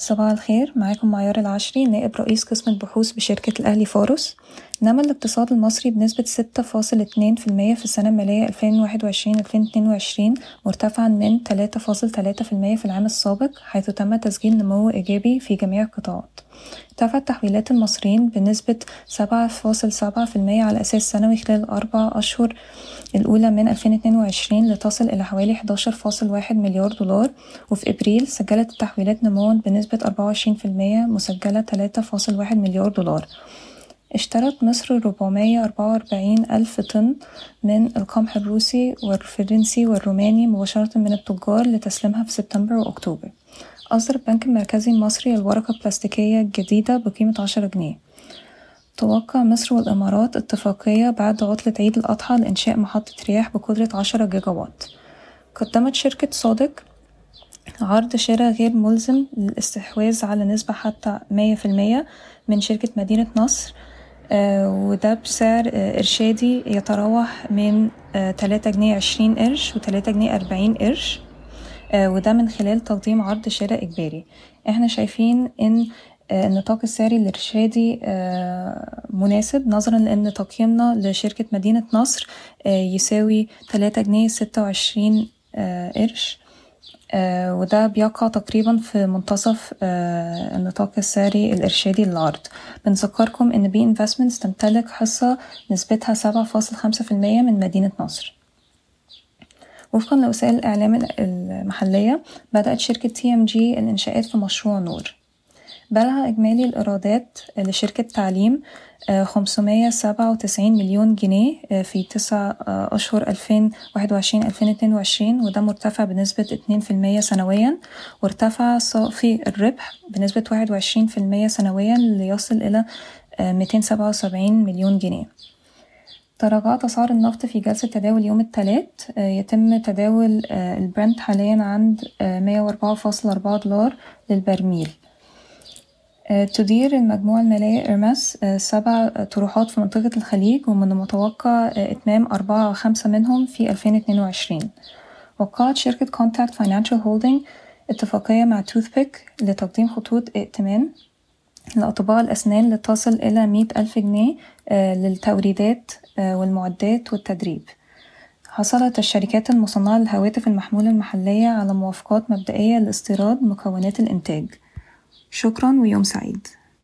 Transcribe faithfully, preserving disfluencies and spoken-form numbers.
صباح الخير، معاكم معيار العشري نائب رئيس قسم البحوث بشركة الأهلي فارس. نما الاقتصاد المصري بنسبة ستة فاصل اتنين في المية في السنة المالية ألفين وواحد وعشرين ألفين واتنين وعشرين، مرتفعا من تلاتة فاصل تلاتة في المية في العام السابق، حيث تم تسجيل نمو إيجابي في جميع القطاعات. ارتفعت تحويلات المصريين بنسبة سبعة فاصل سبعة في المية على أساس سنوي خلال الأربع أشهر الأولى من ألفين واتنين وعشرين لتصل إلى حوالي حداشر فاصل واحد مليار دولار، وفي إبريل سجلت التحويلات نموا بنسبة أربعة وعشرين في المية مسجلة تلاتة فاصل واحد مليار دولار. اشترت مصر أربعمية وأربعة وأربعين ألف طن من القمح الروسي والفرنسي والروماني مباشرة من التجار لتسليمها في سبتمبر وأكتوبر. أصدر البنك المركزي المصري الورقة البلاستيكية الجديدة بقيمة عشرة جنيه. توقع مصر والإمارات اتفاقية بعد عطلة عيد الأضحى لإنشاء محطة رياح بقدرة عشرة جيجا وات. قدمت شركة صادق عرض شراء غير ملزم للاستحواذ على نسبة حتى مية في المية من شركة مدينة نصر، آه وده بسعر آه إرشادي يتراوح من آه تلاتة جنيه عشرين قرش وتلاتة جنيه أربعين قرش، آه وده من خلال تقديم عرض شراء إجباري. احنا شايفين إن آه النطاق السعري الإرشادي آه مناسب، نظرا لأن تقييمنا لشركة مدينة نصر آه يساوي تلاتة جنيه ستة وعشرين آه قرش، آه وده بيقع تقريبا في منتصف آه النطاق السعري الإرشادي للعرض. بنذكركم إن بي انفستمنتس تمتلك حصة نسبتها سبعة فاصل خمسة في المية من مدينة نصر. وفقا لوسائل الإعلام المحلية، بدأت شركة تي ام جي الإنشاءات في مشروع نور. بلغ إجمالي الإيرادات لشركة تعليم خمسمية وسبعة وتسعين مليون جنيه في تسع أشهر ألفين وواحد وعشرين ألفين واتنين وعشرين، وده مرتفع بنسبة اتنين في المية سنويا، وارتفع صافي الربح بنسبة واحد وعشرين في المية سنويا ليصل إلى ميتين وسبعة وسبعين مليون جنيه. تراجعت أسعار النفط في جلسة تداول يوم الثلاث، يتم تداول البرنت حاليا عند مية وأربعة فاصل أربعة دولار للبرميل. تدير المجموعة المالية إرماس سبع طروحات في منطقة الخليج، ومن المتوقع إتمام أربعة وخمسة منهم في ألفين واتنين وعشرين. وقعت شركة كونتاكت فاينانشال هولدينج اتفاقية مع توثبيك لتقديم خطوط ائتمان لأطباء الأسنان لتصل إلى مية ألف جنيه للتوريدات والمعدات والتدريب. حصلت الشركات المصنعة للهواتف المحمولة المحلية على موافقات مبدئية لاستيراد مكونات الإنتاج. شكرا ويوم سعيد.